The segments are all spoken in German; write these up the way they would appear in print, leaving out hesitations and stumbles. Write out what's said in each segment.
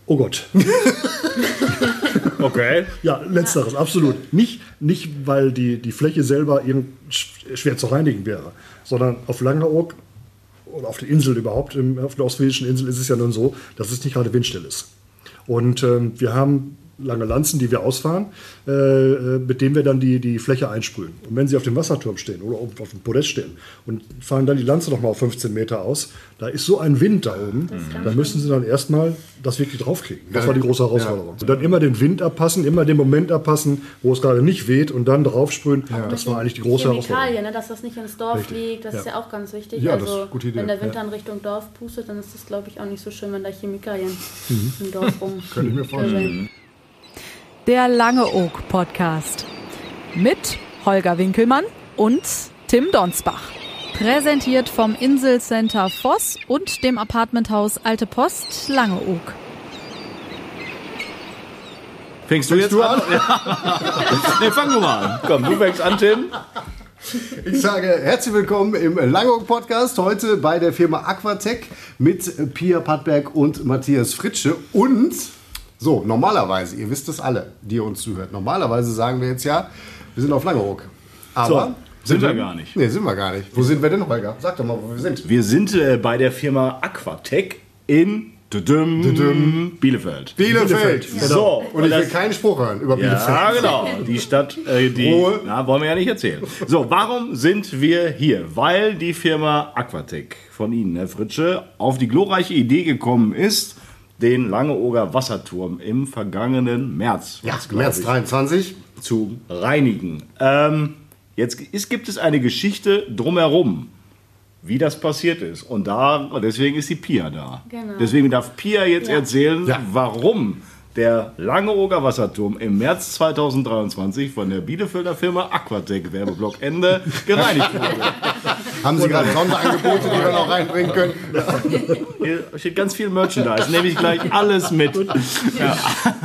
Oh Gott. Okay. Ja, letzteres, absolut. Nicht, weil die Fläche selber schwer zu reinigen wäre, sondern auf Langeoog oder auf der Insel überhaupt, auf der ostfriesischen Insel ist es ja nun so, dass es nicht gerade windstill ist. Und wir haben lange Lanzen, die wir ausfahren, mit denen wir dann die Fläche einsprühen. Und wenn Sie auf dem Wasserturm stehen oder auf dem Podest stehen und fahren dann die Lanze noch mal auf 15 Meter aus, da ist so ein Wind da oben, da müssen Sie dann erstmal das wirklich draufkriegen. Das war die große Herausforderung. Und dann immer den Wind abpassen, immer den Moment abpassen, wo es gerade nicht weht und dann draufsprühen. Ja. Das war eigentlich die große Herausforderung. Ne, dass das nicht ins Dorf fliegt, das ist ja auch ganz wichtig. Ja, also, das ist eine gute Idee. Wenn der Wind dann Richtung Dorf pustet, dann ist das, glaube ich, auch nicht so schön, wenn da Chemikalien im Dorf rum. Könnte ich mir vorstellen. Der Langeoog-Podcast mit Holger Winkelmann und Tim Donsbach. Präsentiert vom Inselcenter Voss und dem Apartmenthaus Alte Post Langeoog. Fängst du jetzt an? Nee, fang du mal an. Komm, du fängst an, Tim. Ich sage herzlich willkommen im Langeoog-Podcast, heute bei der Firma Aquatec mit Pia Pattberg und Matthias Fritsche und... So, normalerweise, ihr wisst es alle, die ihr uns zuhört, normalerweise sagen wir jetzt ja, wir sind auf Langeoog. Aber sind wir gar nicht. Nee, sind wir gar nicht. Wo sind wir denn, Holger? Sag doch mal, wo wir sind. Wir sind bei der Firma Aquatec in Bielefeld. Bielefeld. Ja. So, und ich will keinen Spruch hören über Bielefeld. Ja, genau. Die Stadt, wollen wir ja nicht erzählen. So, warum sind wir hier? Weil die Firma Aquatec von Ihnen, Herr Fritsche, auf die glorreiche Idee gekommen ist, den Langeooger Wasserturm im vergangenen März, März 23, zu reinigen. Jetzt gibt es eine Geschichte drumherum, wie das passiert ist. Und deswegen ist die Pia da. Genau. Deswegen darf Pia jetzt erzählen, warum der Langeooger Wasserturm im März 2023 von der Bielefelder Firma Aquatec, Werbeblock Ende, gereinigt wurde. Haben Sie gerade Sonderangebote, die wir noch reinbringen können? Hier steht ganz viel Merchandise, nehme ich gleich alles mit. Ja.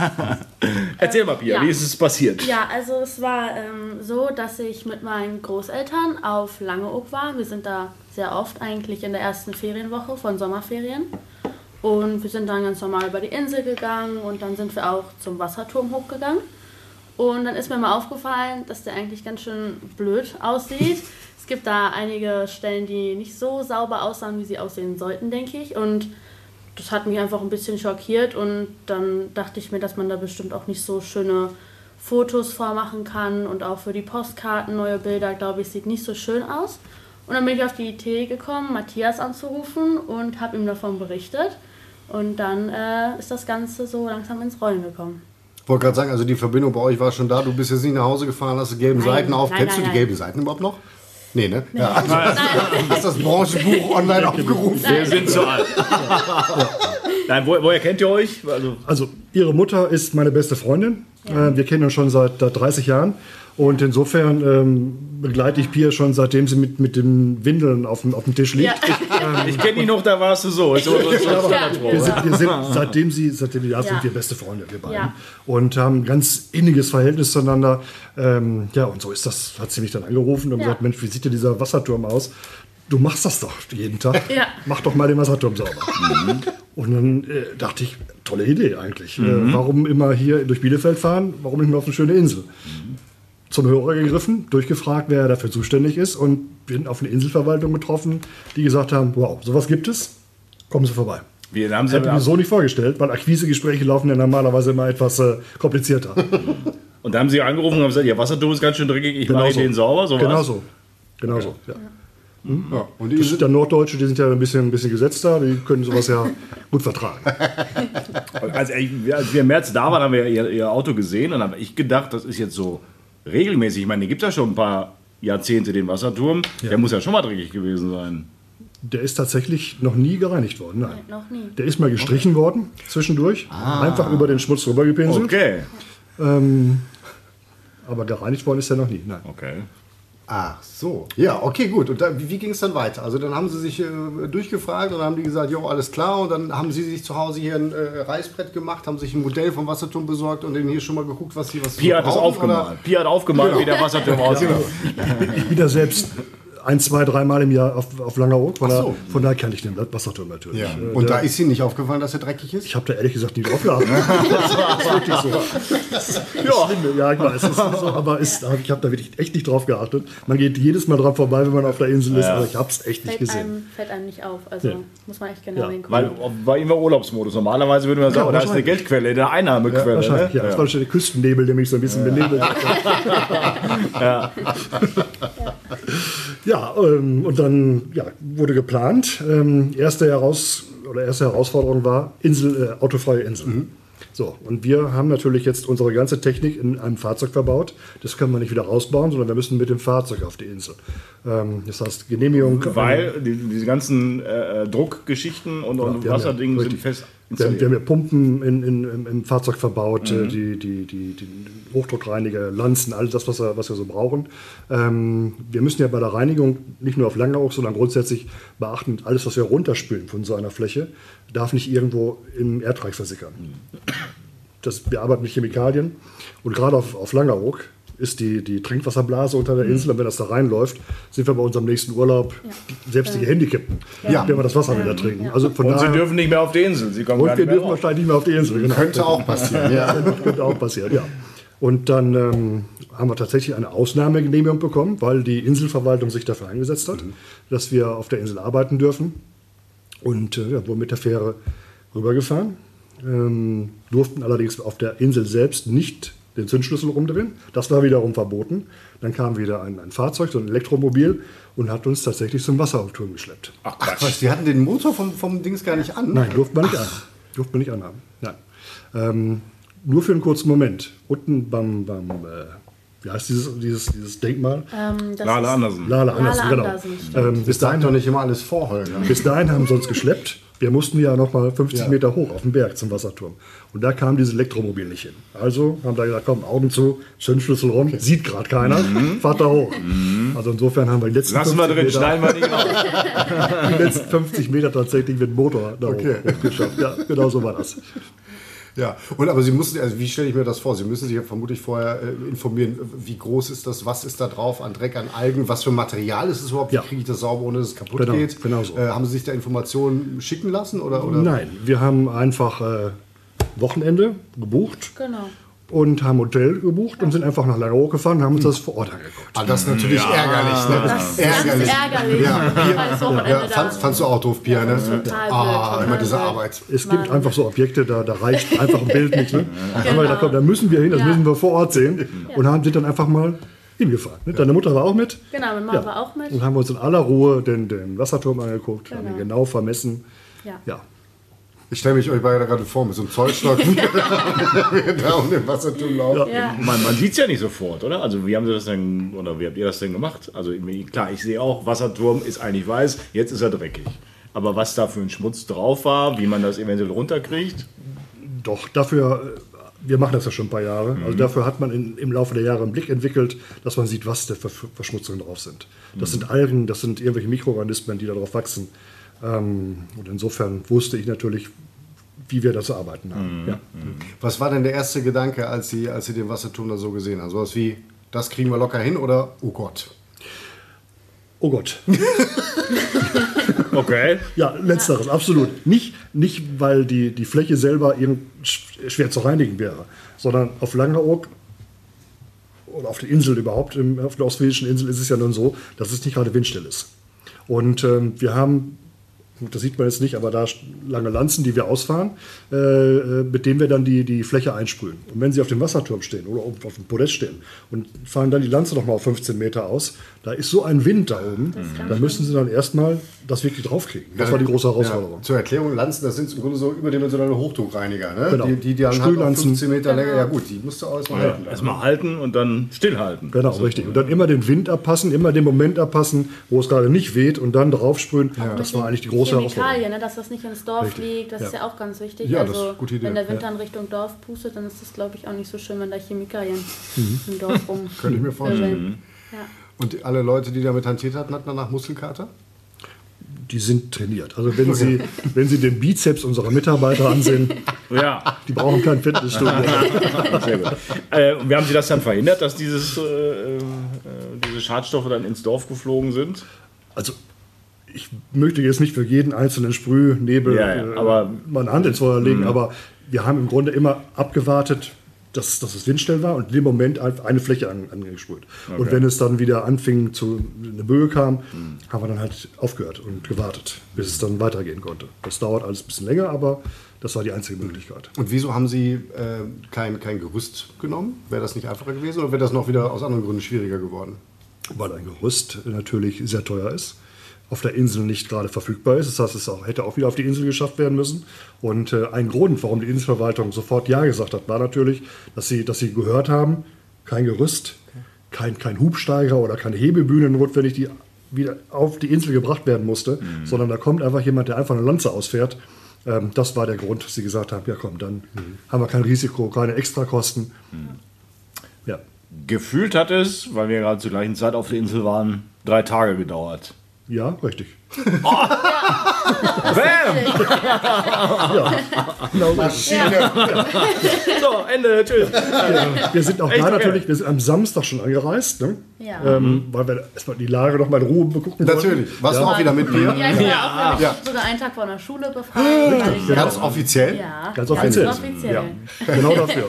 Erzähl mal, Pia, wie ist es passiert? Ja, also es war so, dass ich mit meinen Großeltern auf Langeoog war. Wir sind da sehr oft eigentlich in der ersten Ferienwoche von Sommerferien. Und wir sind dann ganz normal über die Insel gegangen und dann sind wir auch zum Wasserturm hochgegangen. Und dann ist mir mal aufgefallen, dass der eigentlich ganz schön blöd aussieht. Es gibt da einige Stellen, die nicht so sauber aussahen, wie sie aussehen sollten, denke ich. Und das hat mich einfach ein bisschen schockiert. Und dann dachte ich mir, dass man da bestimmt auch nicht so schöne Fotos vormachen kann. Und auch für die Postkarten, neue Bilder, glaube ich, sieht nicht so schön aus. Und dann bin ich auf die Idee gekommen, Matthias anzurufen und habe ihm davon berichtet. Und dann ist das Ganze so langsam ins Rollen gekommen. Ich wollte gerade sagen, also die Verbindung bei euch war schon da. Du bist jetzt nicht nach Hause gefahren, hast die gelben Seiten auf. Kennst du die gelben Seiten überhaupt noch? Nee, ne? Nee. Ja, also, hast das Branchenbuch online aufgerufen. Wir sind zu alt. Nein, woher kennt ihr euch? Also, ihre Mutter ist meine beste Freundin. Ja. Wir kennen uns schon seit 30 Jahren. Und insofern begleite ich Pia schon, seitdem sie mit den Windeln auf dem Tisch liegt. Ja. Ich kenne dich noch, da warst du so. Seitdem sind wir beste Freunde, wir beiden. Ja. Und haben ein ganz inniges Verhältnis zueinander. Und so ist das, hat sie mich dann angerufen und gesagt, Mensch, wie sieht denn dieser Wasserturm aus? Du machst das doch jeden Tag. Ja. Mach doch mal den Wasserturm sauber. Und dann dachte ich, tolle Idee eigentlich. Warum immer hier durch Bielefeld fahren? Warum nicht mal auf eine schöne Insel? Zum Hörer gegriffen, durchgefragt, wer dafür zuständig ist und bin auf eine Inselverwaltung getroffen, die gesagt haben, wow, sowas gibt es, kommen Sie vorbei. Das hätte ich mir so nicht vorgestellt, weil Akquisegespräche laufen ja normalerweise immer etwas komplizierter. Und da haben Sie angerufen und haben gesagt, Ihr Wasserturm ist ganz schön dreckig, ich mache den sauber, sowas? Genau so, ja. Ja, und das sind ja Norddeutsche, die sind ja ein bisschen gesetzter, die können sowas ja gut vertragen. Als wir im März da waren, haben wir Ihr Auto gesehen und habe ich gedacht, das ist jetzt so regelmäßig. Ich meine, gibt es ja schon ein paar Jahrzehnte den Wasserturm. Ja. Der muss ja schon mal dreckig gewesen sein. Der ist tatsächlich noch nie gereinigt worden. Nein. Noch nie. Der ist mal gestrichen worden zwischendurch. Einfach über den Schmutz rüber gepinselt. Okay. Aber gereinigt worden ist er noch nie. Nein. Okay. Ach so. Ja, okay, gut. Und wie ging es dann weiter? Also dann haben Sie sich durchgefragt und dann haben die gesagt, jo, alles klar. Und dann haben Sie sich zu Hause hier ein Reißbrett gemacht, haben sich ein Modell vom Wasserturm besorgt und dann hier schon mal geguckt, was Pia hat das aufgemalt. Pia hat aufgemalt, wie der Wasserturm aussieht. Ich bin da selbst 1, 2, 3 Mal im Jahr auf Langeoog. Von daher kenne ich den Wasserturm natürlich. Ja. Und da ist Ihnen nicht aufgefallen, dass er dreckig ist? Ich habe da ehrlich gesagt nie drauf geachtet. Das ist wirklich so. Ja, ich weiß, es ist so, aber ich habe da wirklich echt nicht drauf geachtet. Man geht jedes Mal dran vorbei, wenn man auf der Insel ist, aber ich habe es echt nicht gesehen. Fällt einem nicht auf, also muss man echt genau hingucken. Weil war immer Urlaubsmodus. Normalerweise würde man sagen, da ist eine Geldquelle, eine Einnahmequelle. Wahrscheinlich, ne? Das war schon der Küstennebel, der mich so ein bisschen benebelt hat. Und dann wurde geplant. Erste Herausforderung war autofreie Insel. So, und wir haben natürlich jetzt unsere ganze Technik in einem Fahrzeug verbaut. Das können wir nicht wieder rausbauen, sondern wir müssen mit dem Fahrzeug auf die Insel. Das heißt, Genehmigung. Weil diese ganzen Druckgeschichten und Wasserdingen sind fest installiert. Wir haben ja Pumpen im Fahrzeug verbaut, die Hochdruckreiniger, Lanzen, alles das, was wir so brauchen. Wir müssen ja bei der Reinigung nicht nur auf Langeoog, sondern grundsätzlich beachten, alles, was wir runterspülen von so einer Fläche, darf nicht irgendwo im Erdreich versickern. Wir arbeiten mit Chemikalien und gerade auf Langeoog ist die Trinkwasserblase unter der Insel. Und wenn das da reinläuft, sind wir bei unserem nächsten Urlaub selbst die Handicappten, wenn wir das Wasser wieder trinken. Also Sie dürfen nicht mehr auf die Insel. Sie kommen wir dürfen wahrscheinlich nicht mehr auf die Insel. Genau. Könnte auch passieren. Könnte auch passieren, ja. Und dann haben wir tatsächlich eine Ausnahmegenehmigung bekommen, weil die Inselverwaltung sich dafür eingesetzt hat, dass wir auf der Insel arbeiten dürfen. Und wurden mit der Fähre rübergefahren. Durften allerdings auf der Insel selbst nicht den Zündschlüssel rumdrehen. Das war wiederum verboten. Dann kam wieder ein Fahrzeug, so ein Elektromobil, und hat uns tatsächlich zum Wasserturm geschleppt. Ach was, die hatten den Motor vom Dings gar nicht an? Nein, durften wir nicht anhaben. Durften wir nicht anhaben. Nein. Nur für einen kurzen Moment. Unten beim wie heißt dieses Denkmal? Lale Andersen. Lale Andersen, genau. Bis dahin doch nicht immer alles vor, Holger. Bis dahin haben sie uns geschleppt. Wir mussten ja noch mal 50 Meter hoch auf den Berg zum Wasserturm. Und da kam dieses Elektromobil nicht hin. Also haben wir gesagt, komm, Augen zu, Zündschlüssel rum, sieht gerade keiner, fahrt da hoch. Also insofern haben wir die letzten Lassen wir drin, schneiden wir nicht auf. Die letzten 50 Meter tatsächlich mit dem Motor da hoch geschafft. Ja, genau so war das. Ja, aber Sie mussten, also wie stelle ich mir das vor? Sie müssen sich ja vermutlich vorher informieren, wie groß ist das, was ist da drauf an Dreck, an Algen, was für Material ist es überhaupt, wie kriege ich das sauber, ohne dass es kaputt geht? Genau so. Haben Sie sich da Informationen schicken lassen? Oder? Nein, wir haben einfach Wochenende gebucht. Genau. Und haben Hotel gebucht und sind einfach nach Langeoog gefahren und haben uns das vor Ort angeguckt. Ah, das ist natürlich ärgerlich. Ne? Das ist ärgerlich. Fandst du auch doof, Pia, ne? Total immer diese Arbeit. Es gibt einfach so Objekte, da reicht einfach ein Bild nicht. Ne? Haben wir gedacht, komm, da müssen wir hin, das müssen wir vor Ort sehen. Und sind dann einfach mal hingefahren. Ne? Deine Mutter war auch mit. Genau, meine Mama war auch mit. Und haben uns in aller Ruhe den Wasserturm angeguckt, haben ihn genau vermessen. Ja. Ich stelle mich euch beide gerade vor, mit so einem Zollstock, wie da um den Wasserturm laufen. Ja. Man sieht es ja nicht sofort, oder? Also wie haben Sie das denn, oder wie habt ihr das denn gemacht? Also klar, ich sehe auch, Wasserturm ist eigentlich weiß, jetzt ist er dreckig. Aber was da für ein Schmutz drauf war, wie man das eventuell runterkriegt? Doch, dafür, wir machen das ja schon ein paar Jahre, also dafür hat man im Laufe der Jahre einen Blick entwickelt, dass man sieht, was da für Verschmutzungen drauf sind. Das sind Algen, das sind irgendwelche Mikroorganismen, die da drauf wachsen. Und insofern wusste ich natürlich, wie wir das zu arbeiten haben. Ja. Was war denn der erste Gedanke, als Sie den Wasserturm da so gesehen haben? So was wie, das kriegen wir locker hin oder, oh Gott? Oh Gott. Okay. Ja, letzteres, absolut. Nicht, weil die Fläche selber schwer zu reinigen wäre, sondern auf Langeoog oder auf der Insel überhaupt, auf der ostfriesischen Insel ist es ja nun so, dass es nicht gerade windstill ist. Und wir haben, das sieht man jetzt nicht, aber da lange Lanzen, die wir ausfahren, mit denen wir dann die Fläche einsprühen. Und wenn Sie auf dem Wasserturm stehen oder auf dem Podest stehen und fahren dann die Lanze noch mal auf 15 Meter aus, da ist so ein Wind da oben, da müssen Sie dann erstmal das wirklich draufkriegen. Das war die große Herausforderung. Ja, zur Erklärung, Lanzen, das sind im Grunde so überdimensionale Hochdruckreiniger. Ne? Genau. Die dann halt auf 15 Meter länger, ja gut, die musst du auch erstmal halten. Erstmal halten und dann stillhalten. Genau, richtig. Und dann immer den Wind abpassen, immer den Moment abpassen, wo es gerade nicht weht und dann draufsprühen. Ja. Das war eigentlich die große Herausforderung. Ne, dass das nicht ins Dorf fliegt, das ist ja auch ganz wichtig. Ja, also, das ist eine gute Idee. Wenn der Wind dann Richtung Dorf pustet, dann ist das, glaube ich, auch nicht so schön, wenn da Chemikalien im Dorf rum. Könnte ich mir vorstellen. Ja. Und alle Leute, die damit hantiert hatten, hatten danach Muskelkater? Die sind trainiert. Also wenn Sie den Bizeps unserer Mitarbeiter ansehen, die brauchen kein Fitnessstudio. Sehr gut. Wie haben Sie das dann verhindert, dass diese Schadstoffe dann ins Dorf geflogen sind? Also ich möchte jetzt nicht für jeden einzelnen Sprühnebel meine Hand ins Feuer legen, aber wir haben im Grunde immer abgewartet, dass es windstill war und in dem Moment eine Fläche angesprüht. Okay. Und wenn es dann wieder anfing, eine Böe kam, haben wir dann halt aufgehört und gewartet, bis es dann weitergehen konnte. Das dauert alles ein bisschen länger, aber das war die einzige Möglichkeit. Und wieso haben Sie kein Gerüst genommen? Wäre das nicht einfacher gewesen oder wäre das noch wieder aus anderen Gründen schwieriger geworden? Weil ein Gerüst natürlich sehr teuer ist, auf der Insel nicht gerade verfügbar ist. Das heißt, es hätte auch wieder auf die Insel geschafft werden müssen. Und ein Grund, warum die Inselverwaltung sofort Ja gesagt hat, war natürlich, dass sie gehört haben, kein Gerüst, kein Hubsteiger oder keine Hebebühne notwendig, die wieder auf die Insel gebracht werden musste, sondern da kommt einfach jemand, der einfach eine Lanze ausfährt. Das war der Grund, dass sie gesagt haben, ja komm, dann haben wir kein Risiko, keine Extrakosten. Ja. Gefühlt hat es, weil wir gerade zur gleichen Zeit auf der Insel waren, 3 Tage gedauert. Ja, richtig. Oh. Bam! Genau. Maschine. So, Ende, tschüss. Wir sind auch da natürlich, wir sind am Samstag schon angereist, ne? Weil wir erstmal die Lage noch mal in Ruhe begucken wollten. Natürlich. Warst du auch wieder mit mir? Ja, ich war sogar einen Tag vor der Schule befragt. Ganz offiziell? Ja, Ganz offiziell. Ja, genau dafür.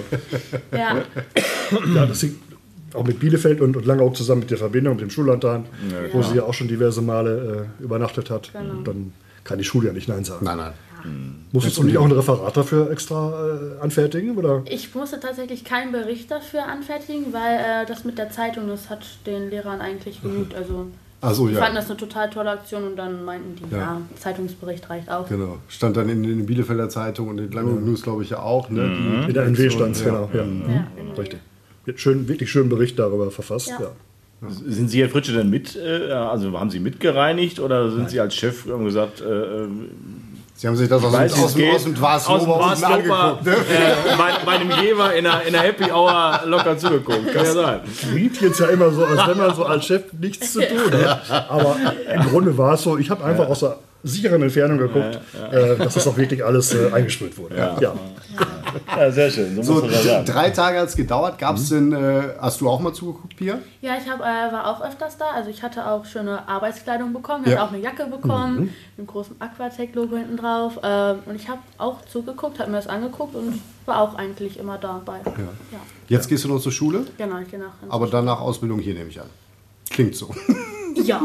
Ja, das hing auch mit Bielefeld und Langeoog zusammen mit der Verbindung, mit dem Schullandtag, wo sie ja auch schon diverse Male übernachtet hat. Genau. Und dann kann die Schule ja nicht Nein sagen. Nein. Musstest du nicht auch ein Referat dafür extra anfertigen? Oder? Ich musste tatsächlich keinen Bericht dafür anfertigen, weil das mit der Zeitung, das hat den Lehrern eigentlich genügt. Also die fanden das eine total tolle Aktion und dann meinten die, Zeitungsbericht reicht auch. Genau, stand dann in den Bielefelder Zeitung und in den Langeoog News, glaube ich, ja auch. Ne? In der NW stand es, genau. Richtig. Wirklich schönen Bericht darüber verfasst. Ja. Sind Sie, Herr Fritsche, denn also haben Sie mitgereinigt oder sind Sie als Chef gesagt, Sie haben sich das aus dem Waslober angeguckt. Bei einem Geber in einer Happy Hour locker zugeguckt. Kann ja sein. Klingt jetzt ja immer so, als wenn man so als Chef nichts zu tun hat. Aber im Grunde war es so, ich habe einfach aus der sicheren Entfernung geguckt, dass das auch wirklich alles eingesprüht wurde. Ja, sehr schön. So 3 Tage hat es gedauert. Gab's denn, hast du auch mal zugeguckt, Pia? Ja, ich war auch öfters da. Also ich hatte auch schöne Arbeitskleidung bekommen. Ich hatte auch eine Jacke bekommen, mit einem großen Aquatec-Logo hinten drauf. Und ich habe auch zugeguckt, habe mir das angeguckt und war auch eigentlich immer dabei. Ja. Jetzt gehst du noch zur Schule? Genau, ich gehe nach. Aber dann nach Ausbildung hier, nehme ich an. Klingt so. Ja.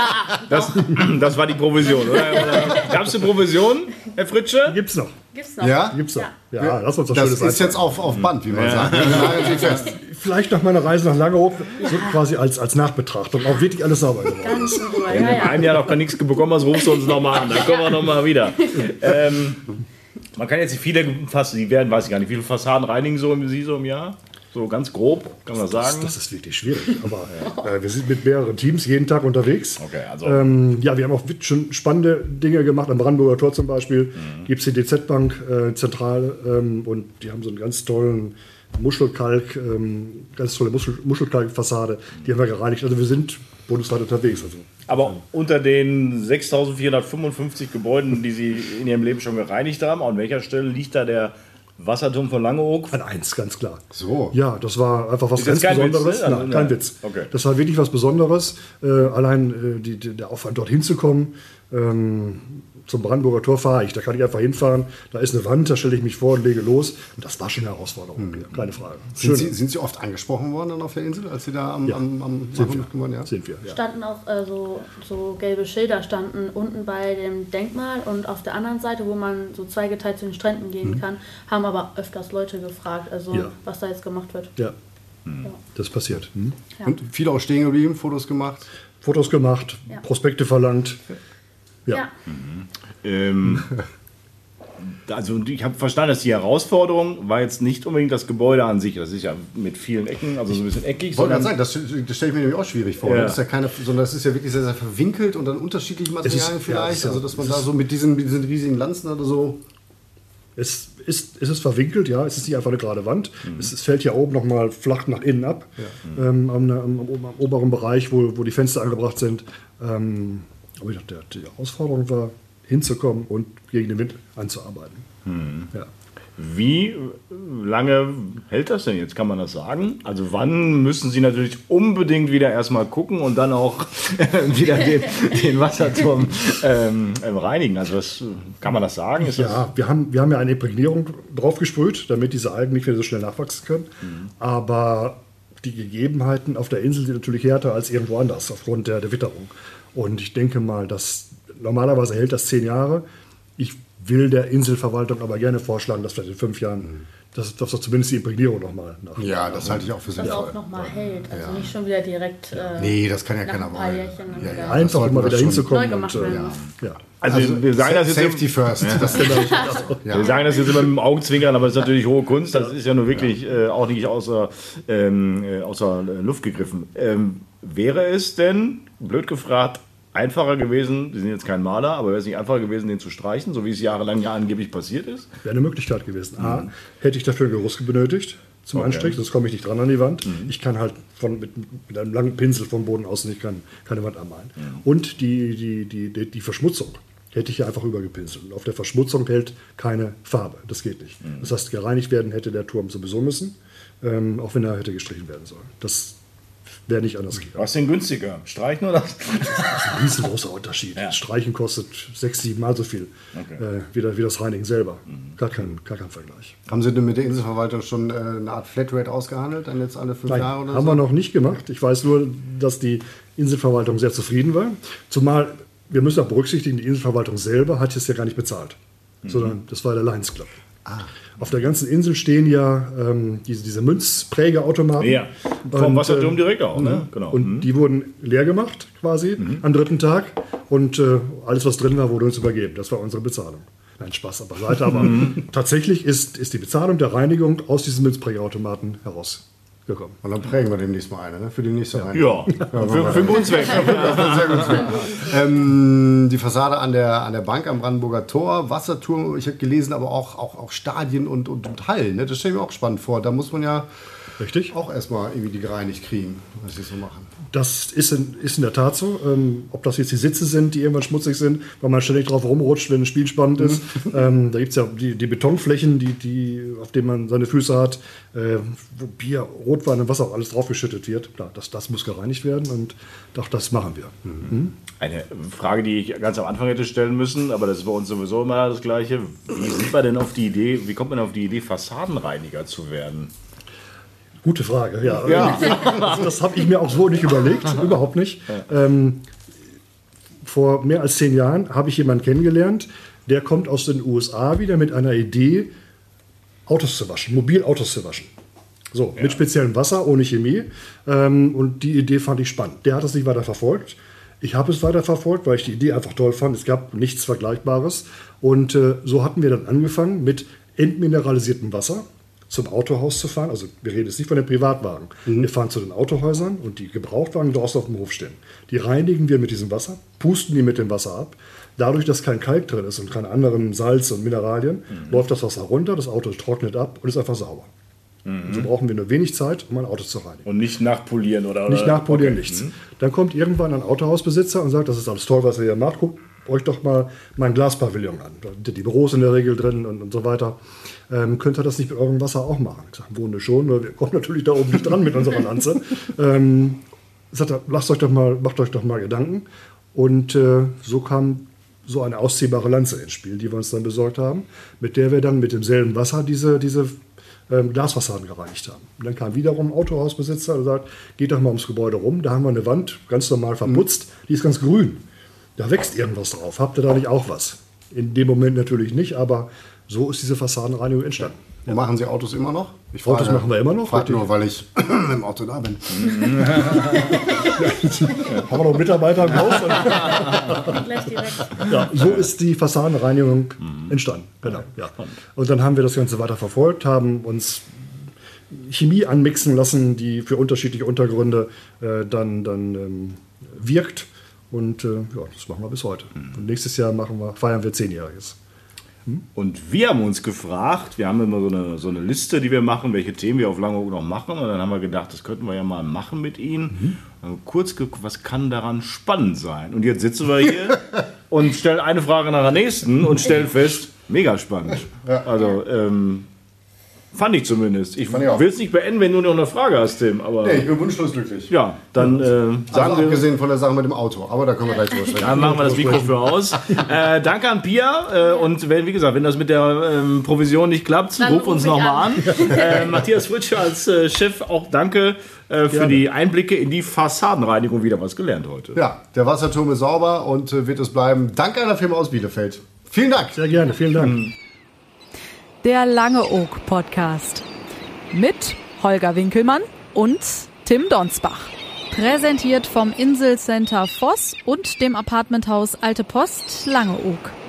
Das war die Provision, oder? Gab es eine Provision, Herr Fritsche? Gibt's noch. Ja? Gibt's noch. Ja, lass uns das ist jetzt auf Band, wie man sagt. Vielleicht nach meiner Reise nach Langeoog, so quasi als Nachbetrachtung, auch wirklich alles sauber geworden. Ganz in Ruhe. Wenn du in einem Jahr noch gar nichts bekommen hast, rufst du uns nochmal an. Dann kommen wir nochmal wieder. Man kann jetzt nicht viele Fassaden, weiß ich gar nicht, wie viele Fassaden reinigen Sie so im Jahr? So ganz grob, kann man sagen. Das ist wirklich schwierig. Aber wir sind mit mehreren Teams jeden Tag unterwegs. Okay, also. Wir haben auch schon spannende Dinge gemacht. Am Brandenburger Tor zum Beispiel gibt es die DZ-Bank zentral. Und die haben so einen ganz tollen Muschelkalk, ganz tolle Muschelkalkfassade. Die haben wir gereinigt. Also wir sind bundesweit unterwegs. Also. Aber unter den 6.455 Gebäuden, die Sie in Ihrem Leben schon gereinigt haben, an welcher Stelle liegt da der Wasserturm von Langeoog? An 1, ganz klar. So. Ja, das war einfach was ganz Besonderes. Witz, ne? Nein, kein Witz. Okay. Das war wirklich was Besonderes. Allein der Aufwand, dorthin zu kommen. Zum Brandenburger Tor fahre ich. Da kann ich einfach hinfahren. Da ist eine Wand, da stelle ich mich vor und lege los. Und das war schon eine Herausforderung. Keine Frage. Sind Sie oft angesprochen worden dann auf der Insel, als Sie da am waren? Ja, sind wir. Ja. Standen auch so gelbe Schilder standen unten bei dem Denkmal und auf der anderen Seite, wo man so zweigeteilt zu den Stränden gehen kann, haben aber öfters Leute gefragt, was da jetzt gemacht wird. Ja, das passiert. Ja. Und viele auch stehen geblieben, Fotos gemacht, Prospekte verlangt. Ja. Also ich habe verstanden, dass die Herausforderung war jetzt nicht unbedingt das Gebäude an sich. Das ist ja mit vielen Ecken, also so ein bisschen eckig. Ich wollte gerade sagen, das stelle ich mir nämlich auch schwierig vor. Das ist ja sondern das ist ja wirklich sehr, sehr verwinkelt und dann unterschiedliche Materialien vielleicht. Also dass man da so mit diesen riesigen Lanzen oder so. Es ist verwinkelt, ja. Es ist nicht einfach eine gerade Wand. Es fällt ja oben nochmal flach nach innen ab. Am oberen Bereich, wo die Fenster angebracht sind. Aber ich dachte, die Herausforderung war, hinzukommen und gegen den Wind anzuarbeiten. Ja. Wie lange hält das denn jetzt, kann man das sagen? Also wann müssen Sie natürlich unbedingt wieder erstmal gucken und dann auch wieder den Wasserturm reinigen? Also was, kann man das sagen? Wir haben ja eine Imprägnierung drauf gesprüht, damit diese Algen nicht mehr so schnell nachwachsen können. Aber die Gegebenheiten auf der Insel sind natürlich härter als irgendwo anders aufgrund der Witterung. Und ich denke mal, dass normalerweise hält das 10 Jahre. Ich will der Inselverwaltung aber gerne vorschlagen, dass vielleicht in 5 Jahren, dass doch zumindest die Imprägnierung nochmal nach. Ja, das halte ich auch für sinnvoll. Das auch nochmal hält, also nicht schon wieder direkt nee, das kann ja keiner wollen. Einfach immer wieder hinzukommen. Neu gemacht werden. Also wir sagen das jetzt Safety first. Wir sagen das jetzt immer mit dem Augenzwinkern, aber das ist natürlich hohe Kunst. Das ist ja nur wirklich auch nicht außer Luft gegriffen. Wäre es denn, blöd gefragt, einfacher gewesen, Sie sind jetzt kein Maler, aber wäre es nicht einfacher gewesen, den zu streichen, so wie es jahrelang ja angeblich passiert ist? Wäre eine Möglichkeit gewesen. A, hätte ich dafür ein Gerüst benötigt zum Anstrich, sonst komme ich nicht dran an die Wand. Ich kann halt mit einem langen Pinsel vom Boden aus nicht keine Wand anmalen. Und die Verschmutzung hätte ich ja einfach übergepinselt. Und auf der Verschmutzung hält keine Farbe. Das geht nicht. Das heißt, gereinigt werden hätte der Turm sowieso müssen, auch wenn er hätte gestrichen werden sollen. Das wäre nicht anders gegangen. Was ist denn günstiger? Streichen oder? Das ist ein riesengroßer Unterschied. Ja. Streichen kostet 6-7 Mal so viel wie das Reinigen selber. Gar kein Vergleich. Haben Sie denn mit der Inselverwaltung schon eine Art Flatrate ausgehandelt, dann jetzt alle 5 Jahre oder so? Haben wir noch nicht gemacht. Ich weiß nur, dass die Inselverwaltung sehr zufrieden war. Zumal, wir müssen auch berücksichtigen, die Inselverwaltung selber hat es ja gar nicht bezahlt. Sondern das war der Lions Club. Auf der ganzen Insel stehen ja diese Münzprägeautomaten. Ja, vom Wasserturm direkt auch. Ne? Genau. Und die wurden leer gemacht quasi am 3. Tag. Und alles, was drin war, wurde uns übergeben. Das war unsere Bezahlung. Nein, Spaß aber weiter. Aber tatsächlich ist die Bezahlung der Reinigung aus diesen Münzprägeautomaten herausgekommen. Und dann prägen wir demnächst mal eine, ne? Für die nächste Reinigung. Ja, für einen guten Zweck. Sehr gut. Die Fassade an der Bank am Brandenburger Tor, Wasserturm, ich habe gelesen, aber auch Stadien und Hallen. Ne? Das stelle ich mir auch spannend vor. Da muss man ja auch erstmal irgendwie die gereinigt kriegen, was sie so machen. Das ist in der Tat so. Ob das jetzt die Sitze sind, die irgendwann schmutzig sind, weil man ständig drauf rumrutscht, wenn ein Spiel spannend ist. Da gibt es ja die Betonflächen, auf denen man seine Füße hat, wo Bier, Rotwein und was auch alles draufgeschüttet wird. Klar, das muss gereinigt werden und auch das machen wir. Eine Frage, die ich ganz am Anfang hätte stellen müssen, aber das ist bei uns sowieso immer das Gleiche. Wie kommt man auf die Idee, Fassadenreiniger zu werden? Gute Frage, ja. Das habe ich mir auch so nicht überlegt, überhaupt nicht. Vor mehr als 10 Jahren habe ich jemanden kennengelernt, der kommt aus den USA wieder mit einer Idee, Autos zu waschen, Mobilautos zu waschen. So, mit speziellem Wasser, ohne Chemie. Und die Idee fand ich spannend. Der hat es nicht weiter verfolgt. Ich habe es weiter verfolgt, weil ich die Idee einfach toll fand. Es gab nichts Vergleichbares. Und so hatten wir dann angefangen mit entmineralisiertem Wasser zum Autohaus zu fahren. Also wir reden jetzt nicht von den Privatwagen. Wir fahren zu den Autohäusern und die Gebrauchtwagen draußen auf dem Hof stehen. Die reinigen wir mit diesem Wasser, pusten die mit dem Wasser ab. Dadurch, dass kein Kalk drin ist und keine anderen Salz und Mineralien, läuft das Wasser runter, das Auto trocknet ab und ist einfach sauber. So brauchen wir nur wenig Zeit, um ein Auto zu reinigen. Und nicht nachpolieren oder? Nicht nachpolieren, nichts. Dann kommt irgendwann ein Autohausbesitzer und sagt, das ist alles toll, was ihr hier macht. Guckt euch doch mal mein Glaspavillon an. Da sind die Büros in der Regel drin und so weiter. Könnt ihr das nicht mit eurem Wasser auch machen? Ich sage, wohne schon. Wir kommen natürlich da oben nicht dran mit unserer Lanze. Sagt er, macht euch doch mal Gedanken. Und so kam so eine ausziehbare Lanze ins Spiel, die wir uns dann besorgt haben, mit der wir dann mit demselben Wasser diese Glasfassaden gereinigt haben. Und dann kam wiederum ein Autohausbesitzer und sagt, geht doch mal ums Gebäude rum, da haben wir eine Wand ganz normal verputzt, die ist ganz grün. Da wächst irgendwas drauf. Habt ihr da nicht auch was? In dem Moment natürlich nicht, aber so ist diese Fassadenreinigung entstanden. Und machen Sie Autos immer noch? Autos machen wir immer noch. Frag nur, weil ich im Auto da bin. Haben wir noch Mitarbeiter im Haus? Gleich direkt. Ja, so ist die Fassadenreinigung entstanden. Genau, ja. Und dann haben wir das Ganze weiter verfolgt, haben uns Chemie anmixen lassen, die für unterschiedliche Untergründe dann wirkt. Und das machen wir bis heute. Und nächstes Jahr feiern wir 10-Jähriges. Und wir haben uns gefragt, wir haben immer so eine Liste, die wir machen, welche Themen wir auf Langeoog noch machen. Und dann haben wir gedacht, das könnten wir ja mal machen mit Ihnen. Haben kurz geguckt, was kann daran spannend sein? Und jetzt sitzen wir hier und stellen eine Frage nach der nächsten und stellen fest, mega spannend. Also, fand ich zumindest. Ich will es nicht beenden, wenn du noch eine Frage hast, Tim. Aber nee, ich bin wunschlos glücklich. Ja, dann sagen wir... abgesehen von der Sache mit dem Auto, aber da können wir gleich drüber sprechen. Dann machen wir das Mikro für aus. Danke an Pia. Und wie gesagt, wenn das mit der Provision nicht klappt, ruf uns nochmal an. Matthias Fritsche als Chef, auch danke für die Einblicke in die Fassadenreinigung. Wieder was gelernt heute. Ja, der Wasserturm ist sauber und wird es bleiben. Dank einer Firma aus Bielefeld. Vielen Dank. Sehr gerne, vielen Dank. Der Langeoog Podcast mit Holger Winkelmann und Tim Donsbach. Präsentiert vom Inselcenter Voss und dem Apartmenthaus Alte Post Langeoog.